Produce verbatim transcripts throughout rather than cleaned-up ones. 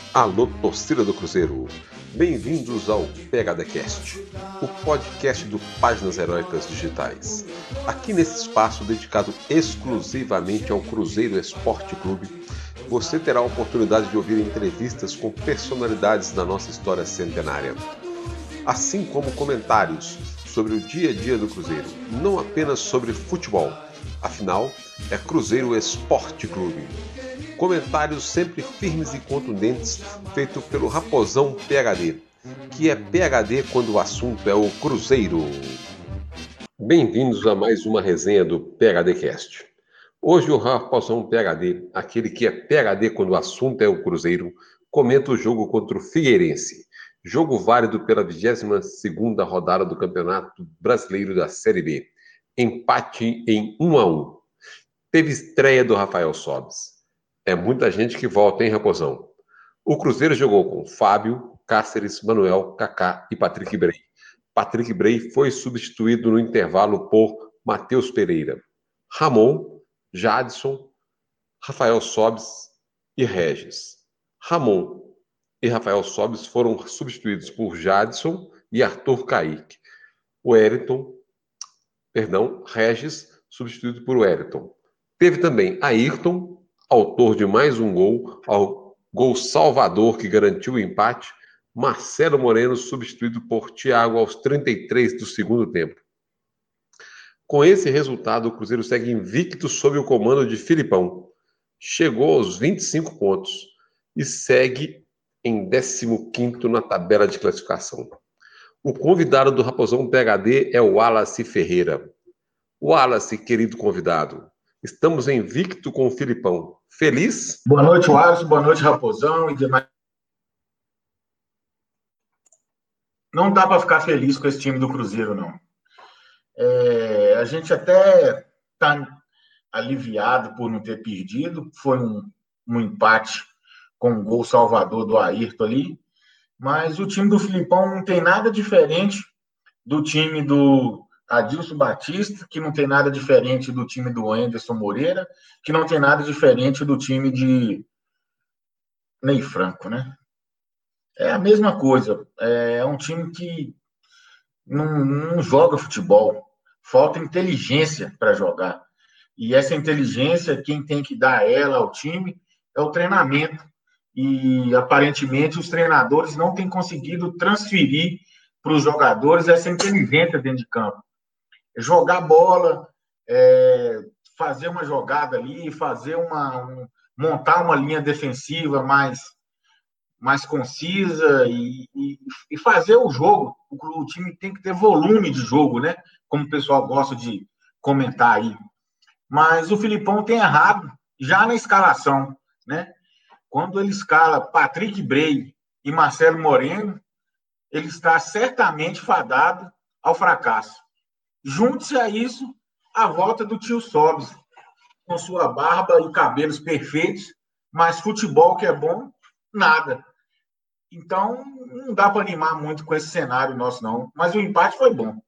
Alô, torcida do Cruzeiro! Bem-vindos ao PHDcast, o podcast do Páginas Heróicas Digitais. Aqui nesse espaço dedicado exclusivamente ao Cruzeiro Esporte Clube, você terá a oportunidade de ouvir entrevistas com personalidades da nossa história centenária, assim como comentários sobre o dia a dia do Cruzeiro, não apenas sobre futebol, afinal, é Cruzeiro Esporte Clube. Comentários sempre firmes e contundentes, feito pelo Raposão PhD, que é P H D quando o assunto é o Cruzeiro. Bem-vindos a mais uma resenha do PHDcast. Hoje o Raposão PhD, aquele que é P H D quando o assunto é o Cruzeiro, comenta o jogo contra o Figueirense, jogo válido pela vigésima segunda rodada do Campeonato Brasileiro da Série B. Empate em um a um. Teve estreia do Rafael Sobis. É muita gente que volta, hein, Raposão? O Cruzeiro jogou com Fábio, Cáceres, Manuel, Kaká e Patrick Bray. Patrick Bray foi substituído no intervalo por Matheus Pereira. Ramon, Jadson, Rafael Sobis e Regis. Ramon e Rafael Sobis foram substituídos por Jadson e Arthur Kaique. O Wellington, perdão, Regis, substituído por Wellington. Teve também Ayrton, autor de mais um gol, ao gol salvador que garantiu o empate, Marcelo Moreno, substituído por Thiago aos trinta e três do segundo tempo. Com esse resultado, o Cruzeiro segue invicto sob o comando de Filipão. Chegou aos vinte e cinco pontos e segue em décimo quinto na tabela de classificação. O convidado do Raposão PhD é o Wallace Ferreira. Wallace, querido convidado, estamos invicto com o Filipão. Feliz? Boa noite, Wallace. Boa noite, Raposão e demais. Não dá para ficar feliz com esse time do Cruzeiro, não. É, a gente até está aliviado por não ter perdido. Foi um, um empate com um gol salvador do Ayrton ali. Mas o time do Filipão não tem nada diferente do time do Adilson Batista, que não tem nada diferente do time do Anderson Moreira, que não tem nada diferente do time de Ney Franco, né? É a mesma coisa. É um time que não, não joga futebol. Falta inteligência para jogar. E essa inteligência, quem tem que dar ela ao time é o treinamento. E, aparentemente, os treinadores não têm conseguido transferir para os jogadores essa inteligência dentro de campo. Jogar bola, é, fazer uma jogada ali, fazer uma, um, montar uma linha defensiva mais, mais concisa e, e, e fazer o jogo. O, o time tem que ter volume de jogo, né? Como o pessoal gosta de comentar aí. Mas o Filipão tem errado já na escalação, né? Quando ele escala Patrick Bray e Marcelo Moreno, ele está certamente fadado ao fracasso. Junte-se a isso a volta do tio Sobis, com sua barba e cabelos perfeitos, mas futebol que é bom, nada. Então, não dá para animar muito com esse cenário nosso, não. Mas o empate foi bom.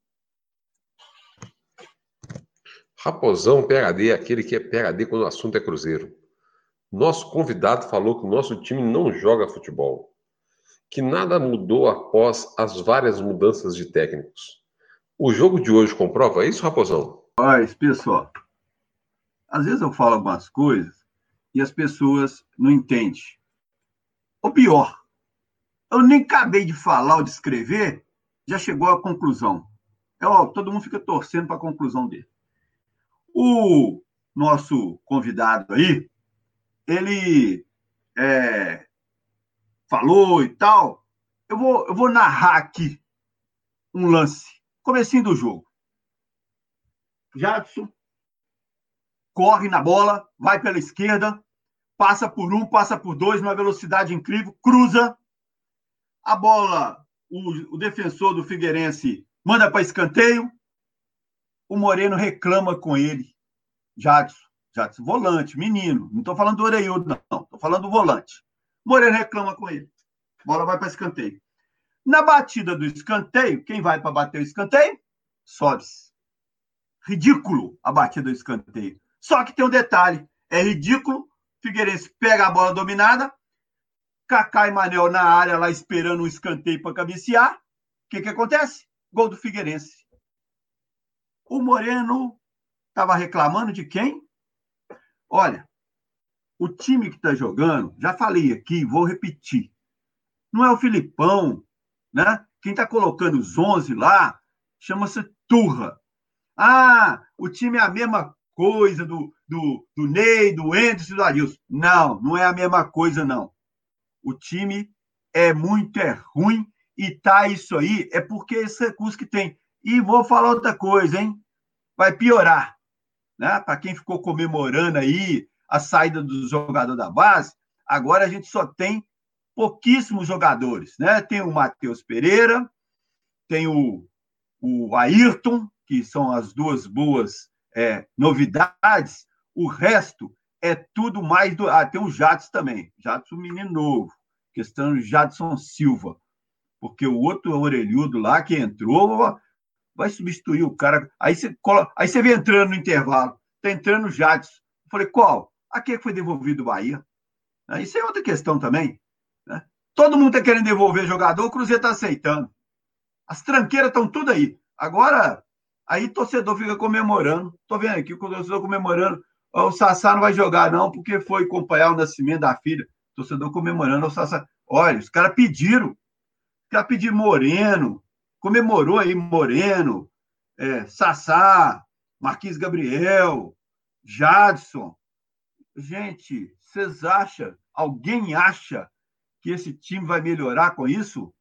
Raposão PhD é aquele que é PhD quando o assunto é Cruzeiro. Nosso convidado falou que o nosso time não joga futebol, que nada mudou após as várias mudanças de técnicos. O jogo de hoje comprova isso, Raposão? Mas, pessoal, às vezes eu falo algumas coisas e as pessoas não entendem. Ou pior, eu nem acabei de falar ou de escrever, já chegou à conclusão. É, ó, todo mundo fica torcendo para a conclusão dele. O nosso convidado aí, ele é, falou e tal. Eu vou, eu vou narrar aqui um lance. Comecinho do jogo. Jadson corre na bola, vai pela esquerda, passa por um, passa por dois, numa velocidade incrível, cruza. A bola, o, o defensor do Figueirense manda para escanteio. O Moreno reclama com ele. Jadson, Jadson, volante, menino. Não estou falando do Oreiudo, não. Estou falando do volante. Moreno reclama com ele. A bola vai para escanteio. Na batida do escanteio, quem vai para bater o escanteio? Sobis. Ridículo a batida do escanteio. Só que tem um detalhe. É ridículo. Figueirense pega a bola dominada, Kaká e Manel na área lá esperando um escanteio para cabecear. O que, que acontece? Gol do Figueirense. O Moreno estava reclamando de quem? Olha, o time que está jogando, já falei aqui, vou repetir, não é o Filipão, né? Quem está colocando os onze lá chama-se Turra. Ah, o time é a mesma coisa do, do, do Ney, do Anderson e do Adilson. Não, não é a mesma coisa, não. O time é muito é ruim e tá isso aí, é porque esse recurso que tem. E vou falar outra coisa, hein? Vai piorar, né? Para quem ficou comemorando aí a saída do jogador da base, agora a gente só tem pouquíssimos jogadores, né? Tem o Matheus Pereira, tem o, o Ayrton, que são as duas boas é, novidades. O resto é tudo mais do... Ah, tem o Jadson também. Jadson, menino novo. Questão de Jadson Silva. Porque o outro orelhudo lá que entrou vai substituir o cara. Aí você, coloca... Aí você vem entrando no intervalo. Está entrando o Jadson. Eu falei, qual? Aquele que foi devolvido do Bahia. Isso é outra questão também. Né? Todo mundo está querendo devolver jogador, o Cruzeiro está aceitando. As tranqueiras estão tudo aí. Agora, aí o torcedor fica comemorando. Estou vendo aqui o torcedor comemorando. O Sassá não vai jogar, não, porque foi acompanhar o nascimento da filha. O torcedor comemorando o Sassá. Olha, os caras pediram. Os caras pediram Moreno. Comemorou aí Moreno, é, Sassá, Marquinhos Gabriel, Jadson. Gente, vocês acham, alguém acha que esse time vai melhorar com isso?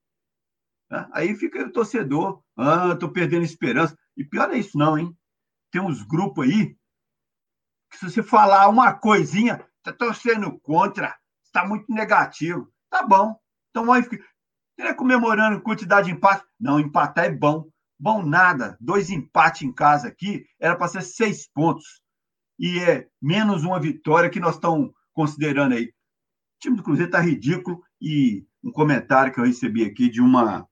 Aí fica o torcedor. Ah, tô perdendo esperança. E pior é isso não, hein? Tem uns grupos aí que se você falar uma coisinha, tá torcendo contra, está muito negativo. Tá bom. Então aí fica comemorando quantidade de empate. Não, empatar é bom. Bom nada. Dois empates em casa aqui, era para ser seis pontos. E é menos uma vitória que nós estamos considerando aí. O time do Cruzeiro está ridículo. E um comentário que eu recebi aqui de uma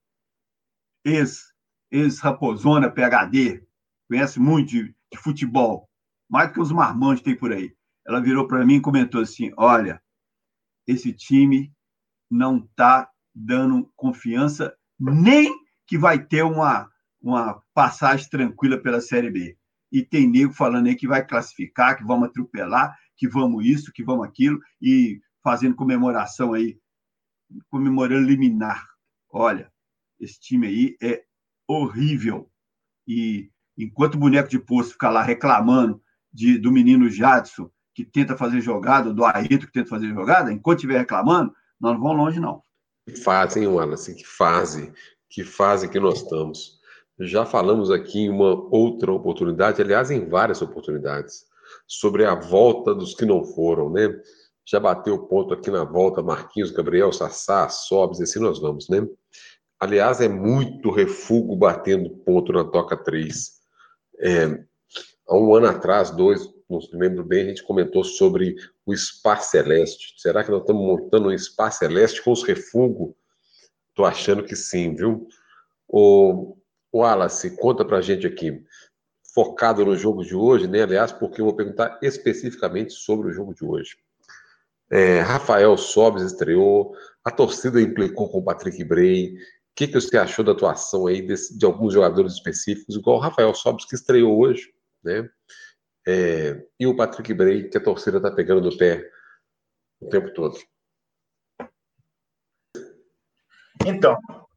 ex, ex-raposona P H D, conhece muito de, de futebol, mais do que os marmanjos tem por aí. Ela virou para mim e comentou assim, olha, esse time não está dando confiança nem que vai ter uma, uma passagem tranquila pela Série B. E tem nego falando aí que vai classificar, que vamos atropelar, que vamos isso, que vamos aquilo, e fazendo comemoração aí, comemorando liminar. Olha, esse time aí é horrível. E enquanto o boneco de poço fica lá reclamando de, do menino Jadson, que tenta fazer jogada, do Ayrton que tenta fazer jogada, enquanto estiver reclamando, nós não vamos longe, não. Que fase, hein, Wallace? Que fase. Que fase que nós estamos. Já falamos aqui em uma outra oportunidade, aliás, em várias oportunidades, sobre a volta dos que não foram, né? Já bateu o ponto aqui na volta, Marquinhos, Gabriel, Sassá, Sobs, e assim nós vamos, né? Aliás, é muito refúgio batendo ponto na Toca três. É, há um ano atrás, dois, não se lembro bem, a gente comentou sobre o Spa Celeste. Será que nós estamos montando um Spa Celeste com os refugos? Estou achando que sim, viu? O Wallace, conta pra gente aqui, focado no jogo de hoje, né? Aliás, porque eu vou perguntar especificamente sobre o jogo de hoje. É, Rafael Sobis estreou, a torcida implicou com o Patrick Bray. O que, que você achou da atuação aí desse, de alguns jogadores específicos, igual o Rafael Sobis, que estreou hoje, né? É, e o Patrick Bray, que a torcida está pegando no pé o tempo todo. Então,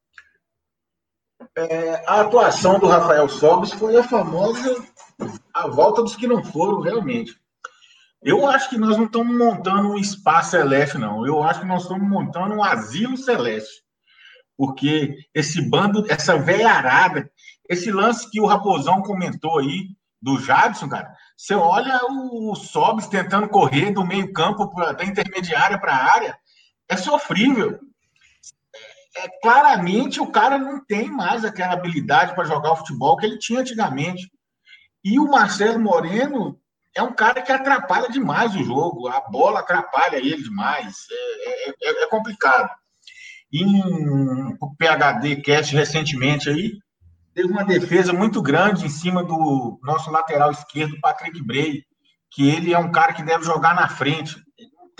é, a atuação do Rafael Sobis foi a famosa a volta dos que não foram, realmente. Eu acho que nós não estamos montando um Spa Celeste, não. Eu acho que nós estamos montando um asilo celeste. Porque esse bando, essa veiarada, esse lance que o Raposão comentou aí, do Jadson, cara, você olha o Sobis tentando correr do meio campo, pra, da intermediária para a área, é sofrível. É, claramente o cara não tem mais aquela habilidade para jogar o futebol que ele tinha antigamente. E o Marcelo Moreno é um cara que atrapalha demais o jogo, a bola atrapalha ele demais, é, é, é complicado. Em o P H D Cast recentemente aí, teve uma defesa muito grande em cima do nosso lateral esquerdo, Patrick Bray, que ele é um cara que deve jogar na frente. Ele não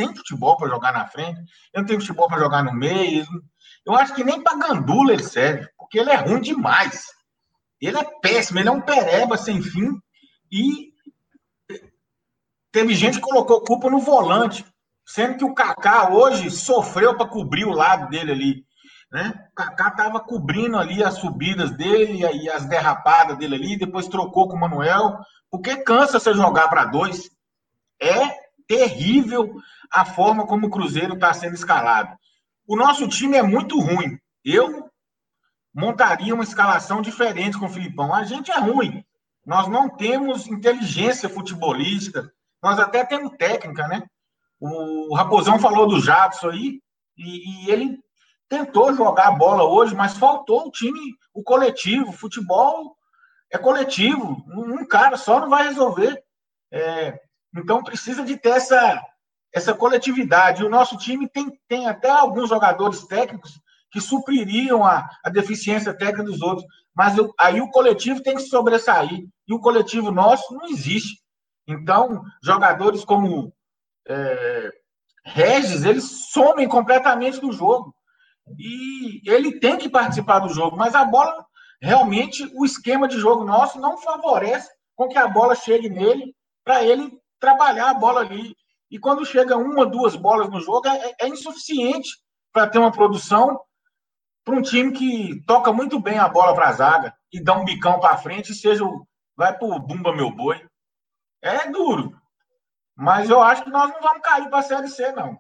tem futebol para jogar na frente, ele não tem futebol para jogar no meio. Eu acho que nem para gandula ele serve, porque ele é ruim demais. Ele é péssimo, ele é um pereba sem fim. E teve gente que colocou culpa no volante, sendo que o Kaká hoje sofreu para cobrir o lado dele ali. Né? O Kaká estava cobrindo ali as subidas dele e as derrapadas dele ali, depois trocou com o Manuel, porque cansa você jogar para dois. É terrível a forma como o Cruzeiro está sendo escalado. O nosso time é muito ruim. Eu montaria uma escalação diferente com o Filipão. A gente é ruim. Nós não temos inteligência futebolística. Nós até temos técnica, né? O Raposão falou do Jadson aí, e, e ele tentou jogar a bola hoje, mas faltou o time, o coletivo. O futebol é coletivo. Um cara só não vai resolver. É, então precisa de ter essa, essa coletividade. E o nosso time tem, tem até alguns jogadores técnicos que supririam a, a deficiência técnica dos outros. Mas eu, aí o coletivo tem que sobressair. E o coletivo nosso não existe. Então, jogadores como é, Regis, eles somem completamente do jogo. E ele tem que participar do jogo, mas a bola, realmente, o esquema de jogo nosso não favorece com que a bola chegue nele para ele trabalhar a bola ali. E quando chega uma, duas bolas no jogo, é, é insuficiente para ter uma produção para um time que toca muito bem a bola para a zaga e dá um bicão para frente e seja o, vai para o Bumba Meu Boi. É duro. Mas eu acho que nós não vamos cair para a Série C, não.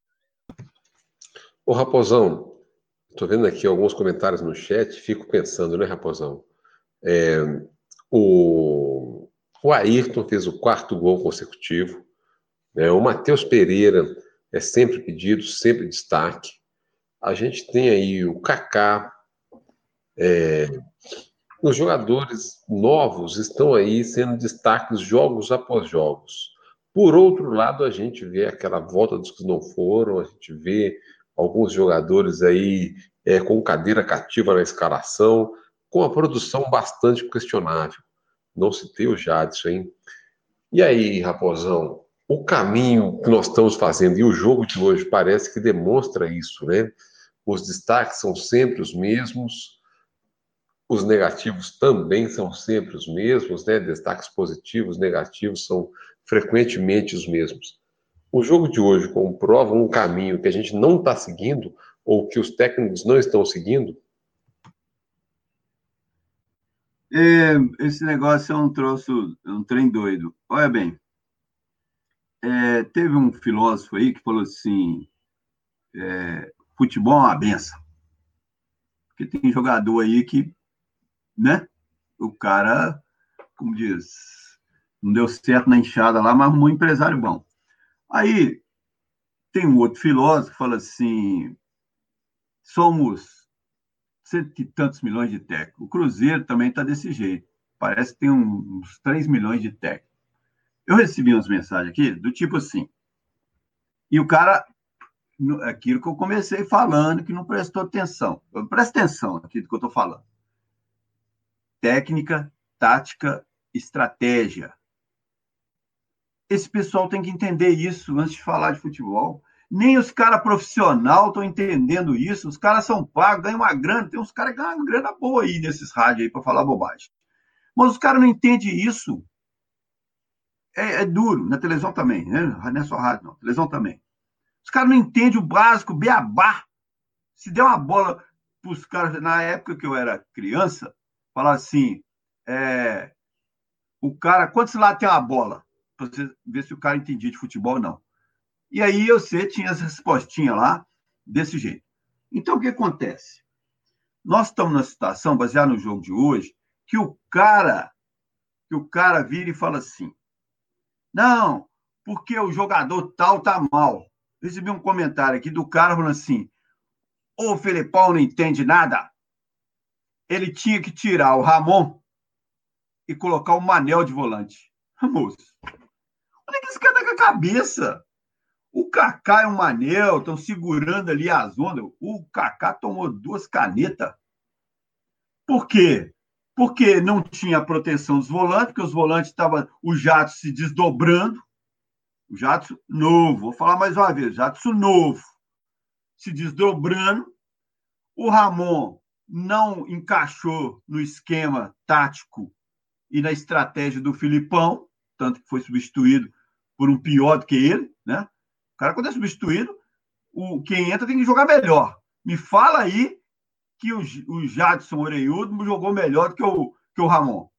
Ô, Raposão, estou vendo aqui alguns comentários no chat, fico pensando, né, Raposão? É, o, o Ayrton fez o quarto gol consecutivo. Né, o Matheus Pereira é sempre pedido, sempre destaque. A gente tem aí o Kaká. É, os jogadores novos estão aí sendo destaques jogos após jogos. Por outro lado, a gente vê aquela volta dos que não foram, a gente vê alguns jogadores aí é, com cadeira cativa na escalação, com a produção bastante questionável. Não citei o Jadson, hein? E aí, Raposão, o caminho que nós estamos fazendo e o jogo de hoje parece que demonstra isso, né? Os destaques são sempre os mesmos, os negativos também são sempre os mesmos, né? Destaques positivos, negativos são frequentemente os mesmos. O jogo de hoje comprova um caminho que a gente não está seguindo ou que os técnicos não estão seguindo? É, esse negócio é um troço, é um trem doido. Olha bem, é, teve um filósofo aí que falou assim, é, futebol é uma benção. Porque tem jogador aí que, né, o cara, como diz, não deu certo na enxada lá, mas arrumou um empresário bom. Aí tem um outro filósofo que fala assim, somos cento e tantos milhões de técnicos. O Cruzeiro também está desse jeito. Parece que tem uns três milhões de técnicos. Eu recebi umas mensagens aqui do tipo assim, e o cara, aquilo que eu comecei falando, que não prestou atenção. Presta atenção naquilo que eu estou falando. Técnica, tática, estratégia. Esse pessoal tem que entender isso antes de falar de futebol. Nem os caras profissionais estão entendendo isso. Os caras são pagos, ganham uma grana. Tem uns caras que ganham uma grana boa aí nesses rádios aí para falar bobagem. Mas os caras não entendem isso. É, é duro. Na televisão também, né? Não é só rádio, não. Televisão também. Os caras não entendem o básico, o beabá. Se der uma bola para os caras, na época que eu era criança, falar assim, é, o cara, quantos lados tem uma bola? Para você ver se o cara entendia de futebol ou não. E aí você tinha as respostinhas lá, desse jeito. Então, o que acontece? Nós estamos numa situação, baseada no jogo de hoje, que o cara, que o cara vira e fala assim, não, porque o jogador tal tá mal. Eu recebi um comentário aqui do cara falando assim, o Felipão não entende nada. Ele tinha que tirar o Ramon e colocar o Manel de volante. Moço, onde é que esse cara tá com a cabeça? O Kaká e o Manel estão segurando ali as ondas. O Kaká tomou duas canetas. Por quê? Porque não tinha proteção dos volantes, porque os volantes estavam, o jato se desdobrando. O Jadson novo, vou falar mais uma vez, Jadson novo, se desdobrando. O Ramon não encaixou no esquema tático e na estratégia do Filipão, tanto que foi substituído por um pior do que ele, né? O cara, quando é substituído, o, quem entra tem que jogar melhor. Me fala aí que o, o Jadson Oreiudo jogou melhor do que o, que o Ramon.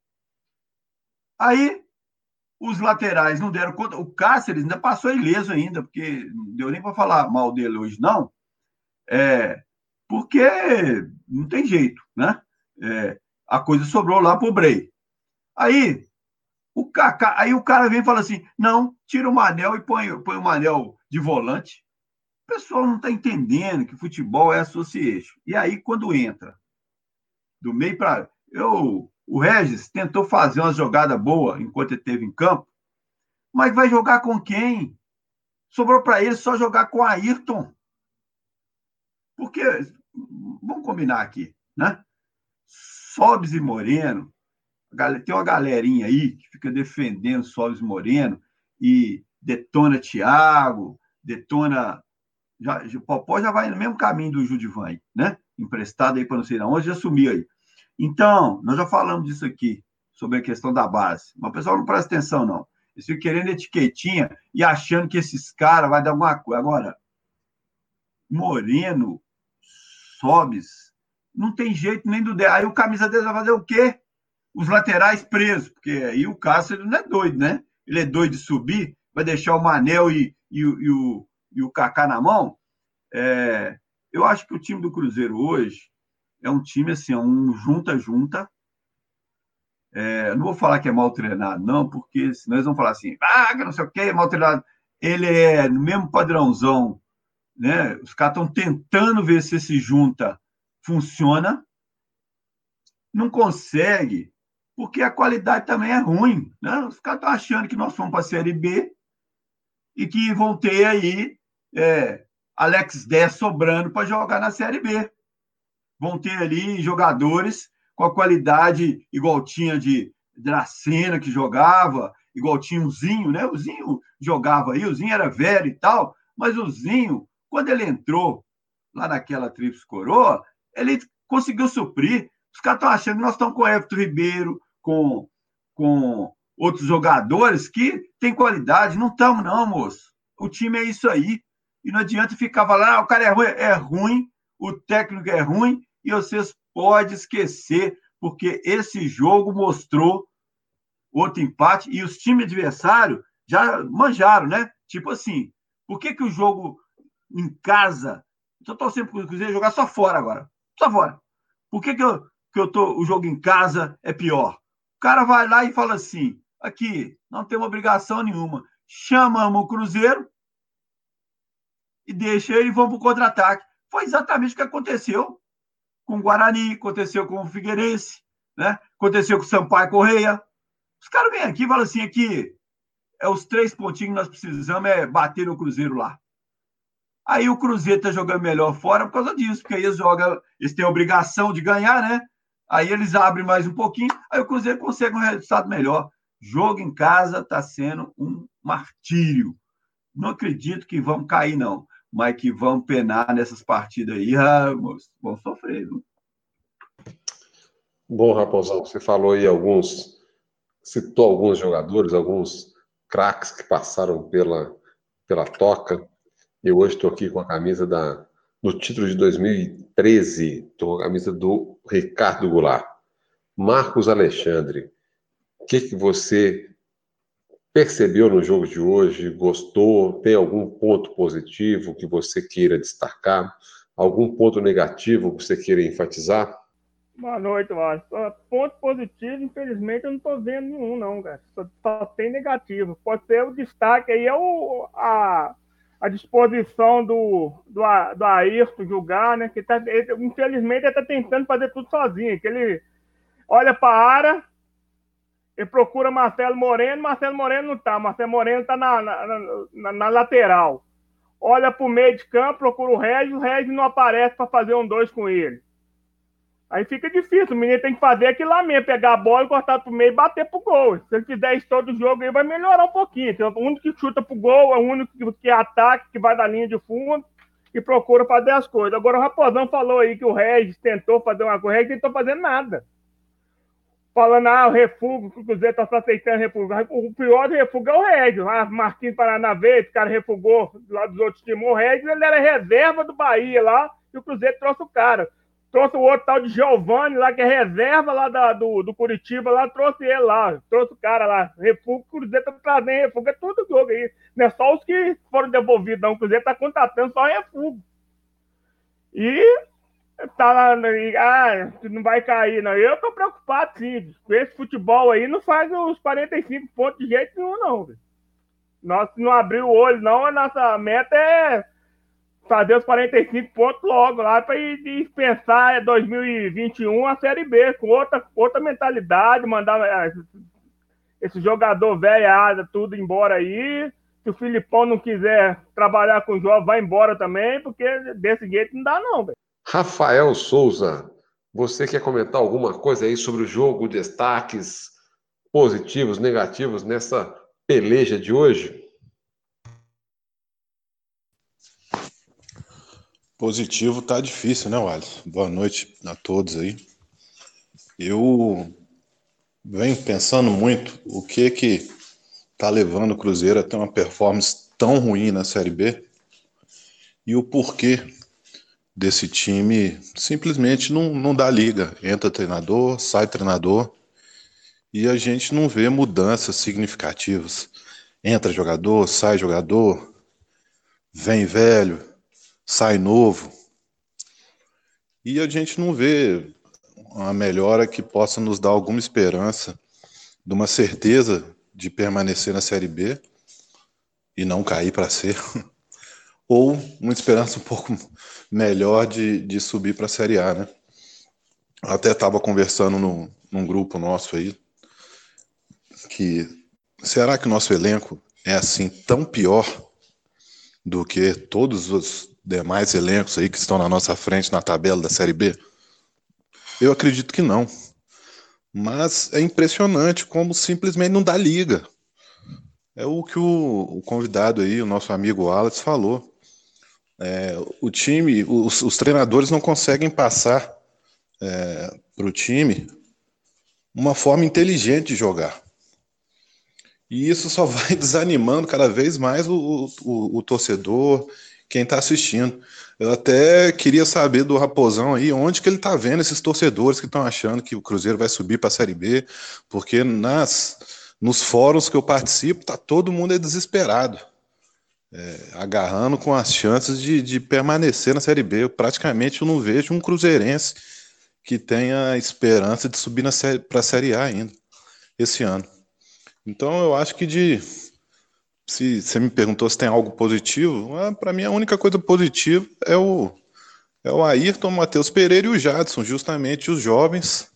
Aí, os laterais não deram conta. O Cáceres ainda passou ileso ainda, porque não deu nem para falar mal dele hoje, não. É, porque não tem jeito, né? É, a coisa sobrou lá pro Brey. Aí o, Kaká, aí o cara vem e fala assim, não, tira o Manel e põe, põe o Manel de volante. O pessoal não está entendendo que futebol é association. E aí, quando entra do meio para... Eu, o Regis tentou fazer uma jogada boa enquanto ele esteve em campo, mas vai jogar com quem? Sobrou para ele só jogar com a Ayrton. Porque, vamos combinar aqui, né? Sobes e Moreno, tem uma galerinha aí que fica defendendo Sobes e Moreno e detona Thiago, detona... Já, o Popó já vai no mesmo caminho do Judivan, né? Emprestado aí para não sei de onde, já sumiu aí. Então, nós já falamos disso aqui, sobre a questão da base. Mas o pessoal não presta atenção, não. Eles ficam querendo etiquetinha e achando que esses caras vão dar alguma coisa. Agora, Moreno, Sobes, não tem jeito nem do... Aí o camisa dele vai fazer o quê? Os laterais presos, porque aí o Cássio não é doido, né? Ele é doido de subir, vai deixar o Manel e, e, e, o, e o Kaká na mão. É, eu acho que o time do Cruzeiro hoje é um time assim, um junta-junta. É, não vou falar que é mal treinado, não, porque senão eles vão falar assim, ah, não sei o que, mal treinado. Ele é no mesmo padrãozão, né? Os caras estão tentando ver se esse junta funciona, não consegue, porque a qualidade também é ruim, né? Os caras estão achando que nós fomos para a Série B e que vão ter aí é, Alex Dez sobrando para jogar na Série B. Vão ter ali jogadores com a qualidade igual tinha de Dracena, que jogava, igual tinha o Zinho, né? O Zinho jogava aí, o Zinho era velho e tal, mas o Zinho, quando ele entrou lá naquela Tríplice Coroa, ele conseguiu suprir. Os caras estão achando que nós estamos com o Everton Ribeiro, com, com outros jogadores que têm qualidade. Não estamos, não, moço. O time é isso aí. E não adianta ficar falando, ah, o cara é ruim. É ruim, o técnico é ruim, e vocês podem esquecer, porque esse jogo mostrou outro empate, e os times adversários já manjaram, né? Tipo assim, por que, que o jogo em casa... Eu estou sempre com o Cruzeiro jogar só fora agora. Só fora. Por que, que, eu, que eu tô, o jogo em casa é pior? O cara vai lá e fala assim, aqui, não tem obrigação nenhuma. Chamamos o Cruzeiro e deixa ele e vamos para o contra-ataque. Foi exatamente o que aconteceu com o Guarani, aconteceu com o Figueirense, né? Aconteceu com o Sampaio Correia. Os caras vêm aqui e falam assim, aqui, é os três pontinhos que nós precisamos é bater no Cruzeiro lá. Aí o Cruzeiro está jogando melhor fora por causa disso, porque aí eles jogam, eles têm a obrigação de ganhar, né? Aí eles abrem mais um pouquinho, aí o Cruzeiro consegue um resultado melhor. Jogo em casa está sendo um martírio. Não acredito que vamos cair, não, mas que vamos penar nessas partidas aí, ah, moço, vamos sofrer, viu? Bom, Raposão, você falou aí alguns, citou alguns jogadores, alguns craques que passaram pela, pela toca. Eu hoje estou aqui com a camisa da, do título de dois mil e treze, estou com a camisa do Ricardo Goulart. Marcos Alexandre, o que, que você percebeu no jogo de hoje? Gostou? Tem algum ponto positivo que você queira destacar? Algum ponto negativo que você queira enfatizar? Boa noite, Márcio. Ponto positivo, infelizmente, eu não estou vendo nenhum, não, cara. Só, só tem negativo. Pode ser o destaque aí, é o, a... a disposição do, do, do Ayrton jogar, né? Que tá, ele, infelizmente ele está tentando fazer tudo sozinho. Que ele olha para a área, ele procura Marcelo Moreno, Marcelo Moreno não está, Marcelo Moreno está na, na, na, na lateral. Olha para o meio de campo, procura o Regis, o Regis não aparece para fazer um dois com ele. Aí fica difícil, o menino tem que fazer aquilo lá mesmo, pegar a bola, cortar pro meio e bater pro gol. Se ele fizer isso todo jogo, aí vai melhorar um pouquinho. Então, o único que chuta pro gol, é o único que, que ataca, que vai da linha de fundo e procura fazer as coisas. Agora o Raposão falou aí que o Regis tentou fazer uma coisa, o Regis tentou fazer nada. Falando, ah, o refúgio, que o Cruzeiro tá só aceitando refúgio. O pior do refúgio é o Regis. Ah, Marquinhos Paranavê, esse cara refugou lá dos outros times. O Regis, ele era reserva do Bahia lá, e o Cruzeiro trouxe o cara. Trouxe o outro tal de Giovani lá, que é reserva lá da, do, do Curitiba, lá, trouxe ele lá, trouxe o cara lá. Refúgio, o Cruzeiro tá trazendo refúgio, é tudo jogo aí. Não é só os que foram devolvidos, não. O Cruzeiro tá contratando só refúgio. E tá lá, ah, não vai cair, não. Eu tô preocupado, sim. Com esse futebol aí, não faz os quarenta e cinco pontos de jeito nenhum, não. Nós, se não abrir o olho, não, a nossa meta é fazer os quarenta e cinco pontos logo lá para ir pensar dois mil e vinte e um a Série B, com outra, outra mentalidade, mandar esse jogador velho, tudo embora aí. Se o Filipão não quiser trabalhar com o jovem, vai embora também, porque desse jeito não dá, não, velho. Rafael Souza, você quer comentar alguma coisa aí sobre o jogo, destaques positivos, negativos nessa peleja de hoje? Positivo tá difícil, né, Wallace? Boa noite a todos aí. Eu venho pensando muito o que que tá levando o Cruzeiro a ter uma performance tão ruim na Série B e o porquê desse time simplesmente não, não dá liga. Entra treinador, sai treinador e a gente não vê mudanças significativas. Entra jogador, sai jogador, vem velho, sai novo. E a gente não vê uma melhora que possa nos dar alguma esperança de uma certeza de permanecer na Série B e não cair para C, ou uma esperança um pouco melhor de, de subir para a Série A, né? Eu até estava conversando no, num grupo nosso aí, que será que o nosso elenco é assim tão pior do que todos os demais elencos aí que estão na nossa frente na tabela da Série B? Eu acredito que não. Mas é impressionante como simplesmente não dá liga. É o que o, o convidado aí, o nosso amigo Wallace, falou. É, o time, os, os treinadores não conseguem passar é, para o time uma forma inteligente de jogar. E isso só vai desanimando cada vez mais o, o, o torcedor, quem está assistindo. Eu até queria saber do Raposão aí, onde que ele está vendo esses torcedores que estão achando que o Cruzeiro vai subir para a Série B, porque nas, nos fóruns que eu participo, tá todo mundo é desesperado, é, agarrando com as chances de, de permanecer na Série B. Eu praticamente eu não vejo um cruzeirense que tenha esperança de subir para a Série A ainda, esse ano. Então eu acho que de... Se você me perguntou se tem algo positivo, para mim a única coisa positiva é o, é o Ayrton, o Matheus Pereira e o Jadson, justamente os jovens.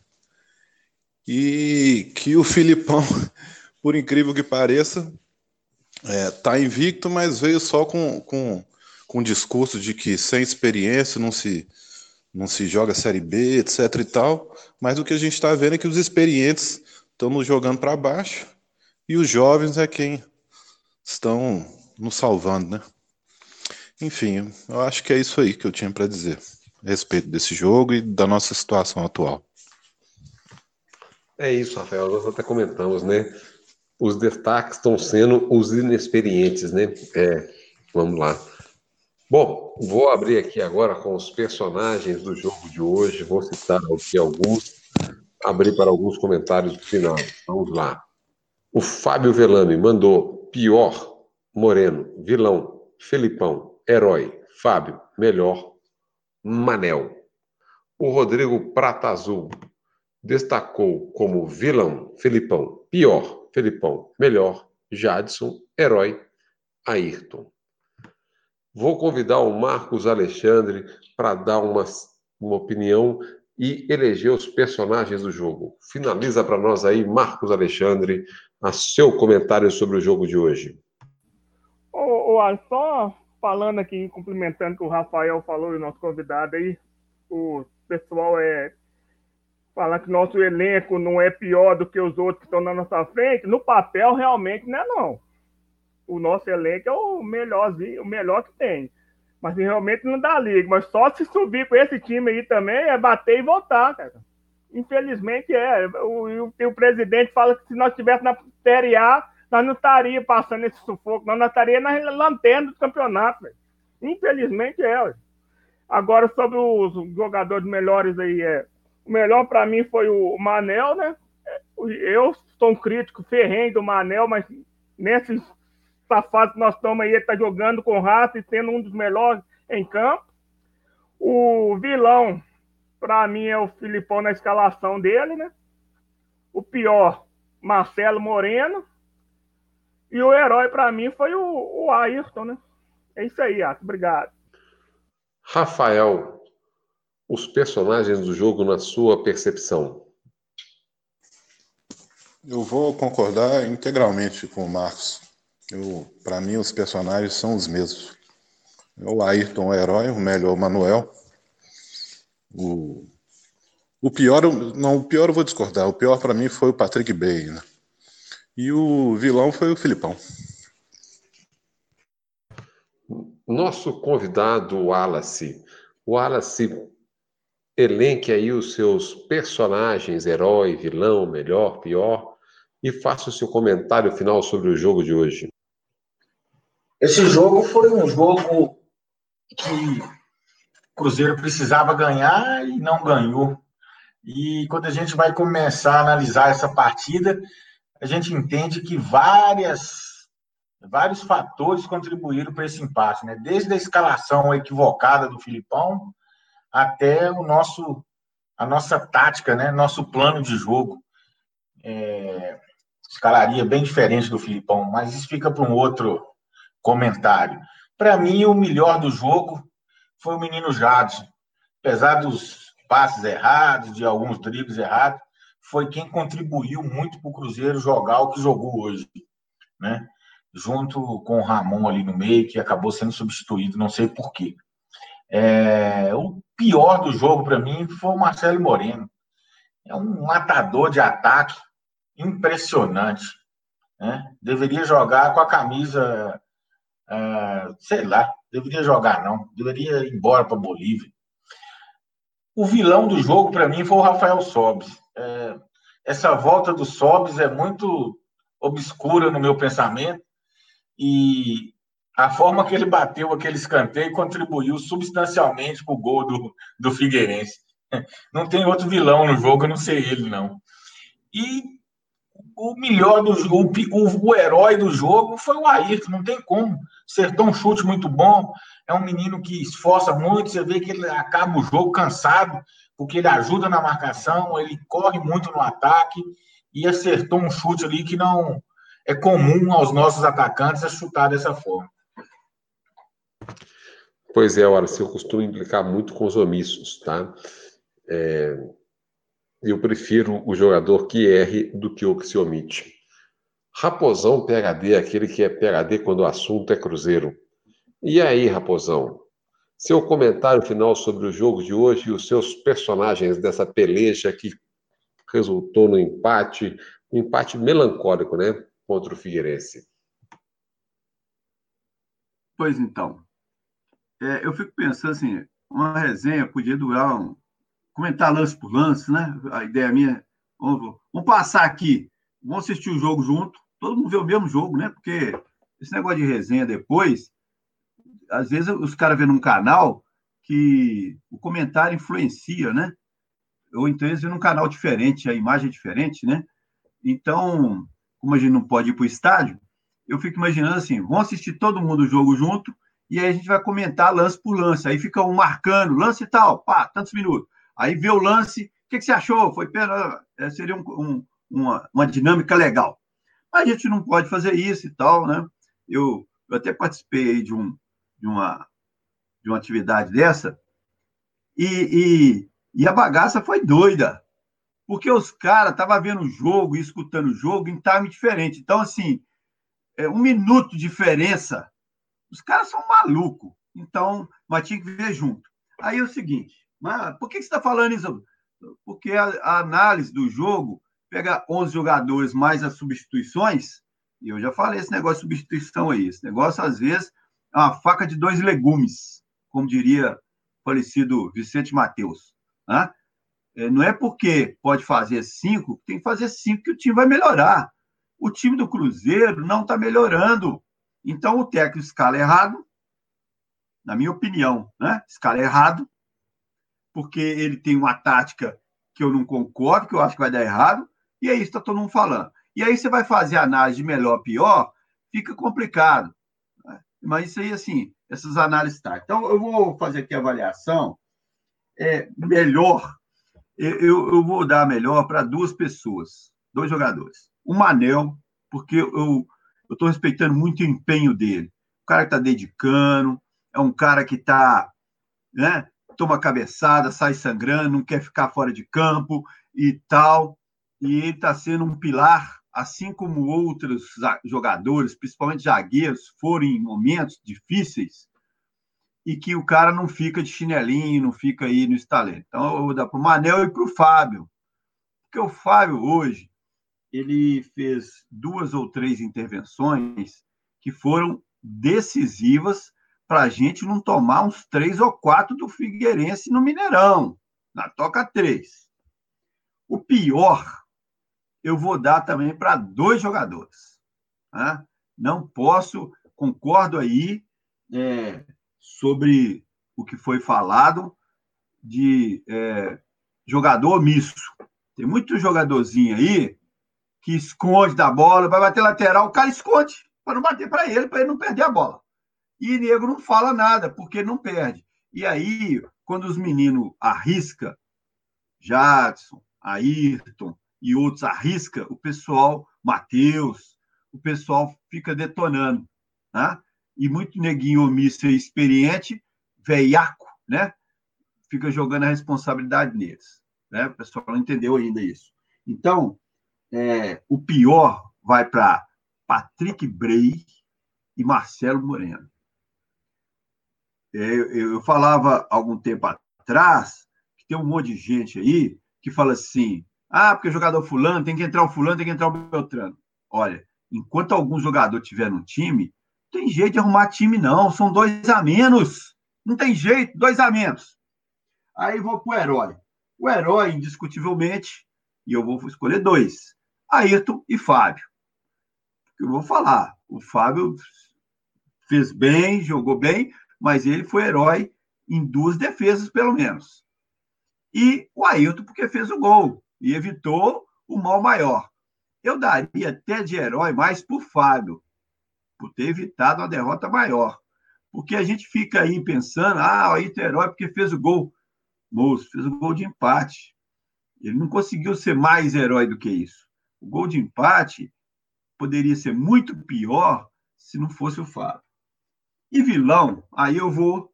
E que o Filipão, por incrível que pareça, está é, invicto, mas veio só com, com, com um discurso de que sem experiência não se, não se joga Série B, etc e tal. Mas o que a gente está vendo é que os experientes estão nos jogando para baixo e os jovens é quem estão nos salvando, né? Enfim, eu acho que é isso aí que eu tinha para dizer a respeito desse jogo e da nossa situação atual. É isso, Rafael, nós até comentamos, né? Os destaques estão sendo os inexperientes, né? É, vamos lá. Bom, vou abrir aqui agora com os personagens do jogo de hoje, vou citar aqui alguns, abrir para alguns comentários finais. Vamos lá. O Fábio Velame mandou: pior, Moreno, vilão, Felipão, herói, Fábio, melhor, Manel. O Rodrigo Prata Azul destacou como vilão, Felipão, pior, Felipão, melhor, Jadson, herói, Ayrton. Vou convidar o Marcos Alexandre para dar uma, uma opinião e eleger os personagens do jogo. Finaliza para nós aí, Marcos Alexandre, a seu comentário sobre o jogo de hoje. Ô, ô, só falando aqui, complementando o que o Rafael falou, o nosso convidado aí, o pessoal é falar que nosso elenco não é pior do que os outros que estão na nossa frente, no papel realmente não é não. O nosso elenco é o melhorzinho, o melhor que tem. Mas realmente não dá liga. Mas só se subir com esse time aí também é bater e voltar, cara. Infelizmente é. O, o, o presidente fala que se nós estivéssemos na Série A, nós não estaríamos passando esse sufoco, nós, nós estaríamos na lanterna do campeonato. Véio. Infelizmente é. Véio. Agora, sobre os jogadores melhores aí, é, o melhor para mim foi o Manel, né? Eu sou um crítico ferrenho do Manel, mas nessa fase que nós estamos aí, ele está jogando com raça e sendo um dos melhores em campo. O vilão, para mim, é o Filipão na escalação dele, né? O pior, Marcelo Moreno. E o herói, para mim, foi o, o Ayrton, né? É isso aí, Ato. Obrigado. Rafael, os personagens do jogo na sua percepção. Eu vou concordar integralmente com o Marcos. Para mim, os personagens são os mesmos. O Ayrton, o herói, o melhor, o Manuel. O, o pior, não, o pior eu vou discordar. O pior para mim foi o Patrick Bey, né? E o vilão foi o Filipão. Nosso convidado, Wallace. Wallace, elenque aí os seus personagens, herói, vilão, melhor, pior, e faça o seu comentário final sobre o jogo de hoje. Esse jogo foi um jogo que o Cruzeiro precisava ganhar e não ganhou. E quando a gente vai começar a analisar essa partida, a gente entende que várias, vários fatores contribuíram para esse empate, né? Desde a escalação equivocada do Filipão até o nosso, a nossa tática, né? Nosso plano de jogo. É, escalaria bem diferente do Filipão, mas isso fica para um outro comentário. Para mim, o melhor do jogo foi o menino Jadson. Apesar dos passes errados, de alguns dribles errados, foi quem contribuiu muito para o Cruzeiro jogar o que jogou hoje, né? Junto com o Ramon ali no meio, que acabou sendo substituído, não sei por quê. É, o pior do jogo, para mim, foi o Marcelo Moreno. É um matador de ataque impressionante, né? Deveria jogar com a camisa, uh, sei lá, deveria jogar não, deveria ir embora para a Bolívia. O vilão do jogo, para mim, foi o Rafael Sobis. É, essa volta do Sobis é muito obscura no meu pensamento e a forma que ele bateu aquele escanteio contribuiu substancialmente para o gol do, do Figueirense. Não tem outro vilão no jogo, a não ser ele, não. E o melhor do jogo, o, o herói do jogo foi o Ayrton, não tem como. Acertou um chute muito bom, é um menino que esforça muito, você vê que ele acaba o jogo cansado, porque ele ajuda na marcação, ele corre muito no ataque e acertou um chute ali que não é comum aos nossos atacantes a chutar dessa forma. Pois é, Wallace, eu costumo implicar muito com os omissos, tá? É... Eu prefiro o jogador que erre do que o que se omite. Raposão P H D, aquele que é P H D quando o assunto é Cruzeiro. E aí, Raposão? Seu comentário final sobre o jogo de hoje e os seus personagens dessa peleja que resultou no empate, um empate melancólico, né? Contra o Figueirense. Pois então. É, eu fico pensando assim, uma resenha podia durar um... comentar lance por lance, né? A ideia minha, vamos, vamos passar aqui, vamos assistir o jogo junto, todo mundo vê o mesmo jogo, né? Porque esse negócio de resenha depois, às vezes os caras vêem num canal que o comentário influencia, né? Ou então eles vêem num canal diferente, a imagem é diferente, né? Então, como a gente não pode ir para o estádio, eu fico imaginando assim, vamos assistir todo mundo o jogo junto e aí a gente vai comentar lance por lance, aí fica um marcando, lance e tal, pá, tantos minutos. Aí vê o lance, o que, que você achou? Foi pena, seria um, um, uma, uma dinâmica legal. Mas a gente não pode fazer isso e tal, né? Eu, eu até participei de, um, de, uma, de uma atividade dessa e, e, e a bagaça foi doida, porque os caras estavam vendo o jogo e escutando o jogo em time diferente. Então, assim, é um minuto de diferença, os caras são malucos. Então, mas tinha que ver junto. Aí é o seguinte, mas por que você está falando isso? Porque a, a análise do jogo pega onze jogadores mais as substituições, e eu já falei esse negócio de substituição aí. Esse negócio, às vezes, é uma faca de dois legumes, como diria o falecido Vicente Mateus. Né? Não é porque pode fazer cinco, tem que fazer cinco que o time vai melhorar. O time do Cruzeiro não está melhorando. Então, o técnico escala errado, na minha opinião, né? Escala errado, porque ele tem uma tática que eu não concordo, que eu acho que vai dar errado, e é isso que está todo mundo falando. E aí você vai fazer a análise de melhor pior, fica complicado. Né? Mas isso aí, assim, essas análises tá. Então, eu vou fazer aqui a avaliação. É, melhor, eu, eu vou dar melhor para duas pessoas, dois jogadores. O Manel, porque eu estou respeitando muito o empenho dele. O cara que está dedicando, é um cara que está, né, toma cabeçada, sai sangrando, não quer ficar fora de campo e tal. E ele está sendo um pilar, assim como outros jogadores, principalmente zagueiros, foram em momentos difíceis, e que o cara não fica de chinelinho, não fica aí no estalento. Então, eu vou dar para o Manel e para o Fábio. Porque o Fábio, hoje, ele fez duas ou três intervenções que foram decisivas para a gente não tomar uns três ou quatro do Figueirense no Mineirão, na Toca três. O pior, eu vou dar também para dois jogadores. Né? Não posso, concordo aí, é, sobre o que foi falado de é, jogador omisso. Tem muito jogadorzinho aí que esconde da bola, vai bater lateral, o cara esconde para não bater para ele, para ele não perder a bola. E o nego não fala nada, porque não perde. E aí, quando os meninos arriscam, Jadson, Ayrton e outros arriscam, o pessoal, Matheus, o pessoal fica detonando. Né? E muito neguinho omisso e experiente, veiaco, né? Fica jogando a responsabilidade neles. Né? O pessoal não entendeu ainda isso. Então, é, o pior vai para Patrick Bray e Marcelo Moreno. Eu, eu, eu falava algum tempo atrás que tem um monte de gente aí que fala assim, ah, porque o jogador fulano, tem que entrar o fulano, tem que entrar o Beltrano. Olha, enquanto algum jogador tiver no time, não tem jeito de arrumar time, não. São dois a menos. Não tem jeito, dois a menos. Aí vou para o herói. O herói, indiscutivelmente, e eu vou escolher dois, Ayrton e Fábio. Eu vou falar, o Fábio fez bem, jogou bem, mas ele foi herói em duas defesas, pelo menos. E o Ayrton, porque fez o gol e evitou o mal maior. Eu daria até de herói mais para o Fábio, por ter evitado uma derrota maior. Porque a gente fica aí pensando, ah, o Ayrton é herói porque fez o gol. Moço, fez o gol de empate. Ele não conseguiu ser mais herói do que isso. O gol de empate poderia ser muito pior se não fosse o Fábio. E vilão, aí eu vou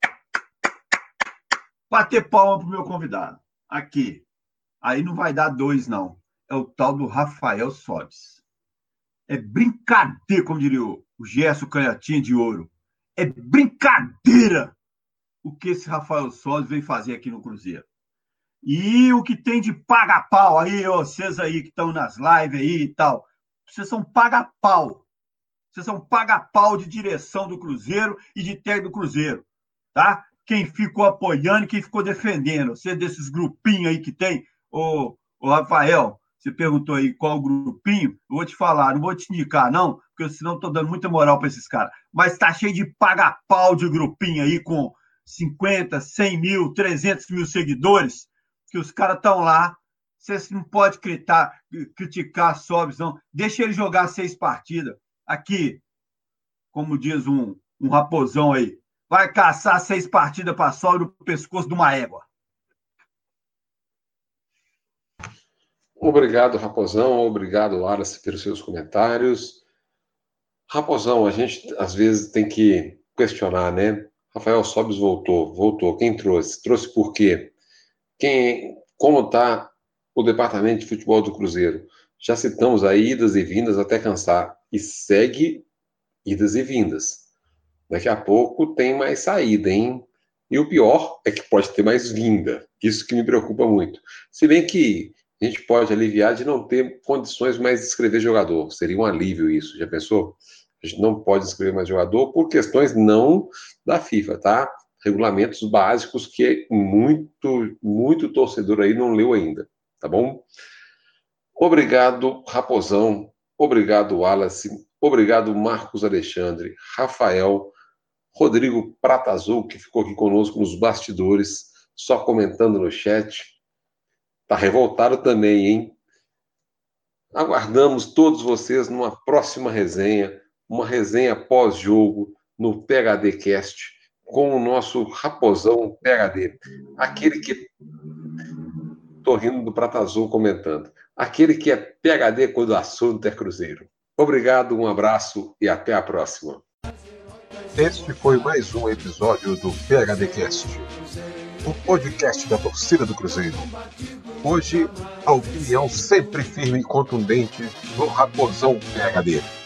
bater palma pro meu convidado. Aqui. Aí não vai dar dois, não. É o tal do Rafael Sobis. É brincadeira, como diria o Gerson Canhotinha de Ouro. É brincadeira o que esse Rafael Sobis veio fazer aqui no Cruzeiro. E o que tem de paga-pau aí, ó, vocês aí que estão nas lives aí e tal, vocês são paga-pau. Vocês são paga-pau de direção do Cruzeiro e de técnico do Cruzeiro, tá? Quem ficou apoiando e quem ficou defendendo. Você desses grupinhos aí que tem, ô, ô Rafael, você perguntou aí qual grupinho, eu vou te falar, não vou te indicar não, porque senão estou dando muita moral para esses caras, mas tá cheio de paga-pau de grupinho aí com cinquenta, cem mil, trezentos mil seguidores, que os caras estão lá. Vocês não podem criticar, criticar Sobis, não. Deixa ele jogar seis partidas. Aqui, como diz um, um raposão aí, vai caçar seis partidas para Sobis no pescoço de uma égua. Obrigado, Raposão. Obrigado, Wallace, pelos seus comentários. Raposão, a gente às vezes tem que questionar, né? Rafael Sobis voltou, voltou. Quem trouxe? Trouxe por quê? Quem, como está o departamento de futebol do Cruzeiro? Já citamos aí idas e vindas até cansar. E segue idas e vindas. Daqui a pouco tem mais saída, hein? E o pior é que pode ter mais vinda. Isso que me preocupa muito. Se bem que a gente pode aliviar de não ter condições mais de escrever jogador. Seria um alívio isso. Já pensou? A gente não pode escrever mais jogador por questões não da FIFA, tá? Regulamentos básicos que muito, muito torcedor aí não leu ainda, tá bom? Obrigado, Raposão. Obrigado, Wallace. Obrigado, Marcos Alexandre, Rafael, Rodrigo Prata Azul, que ficou aqui conosco nos bastidores, só comentando no chat. Tá revoltado também, hein? Aguardamos todos vocês numa próxima resenha, uma resenha pós-jogo no P H D Cast, com o nosso Raposão P H D. Aquele que... Tô rindo do Prata Azul comentando. Aquele que é P H D quando o assunto é Cruzeiro. Obrigado, um abraço e até a próxima. Este foi mais um episódio do P H D Cast, o podcast da torcida do Cruzeiro. Hoje, a opinião sempre firme e contundente do Raposão P H D.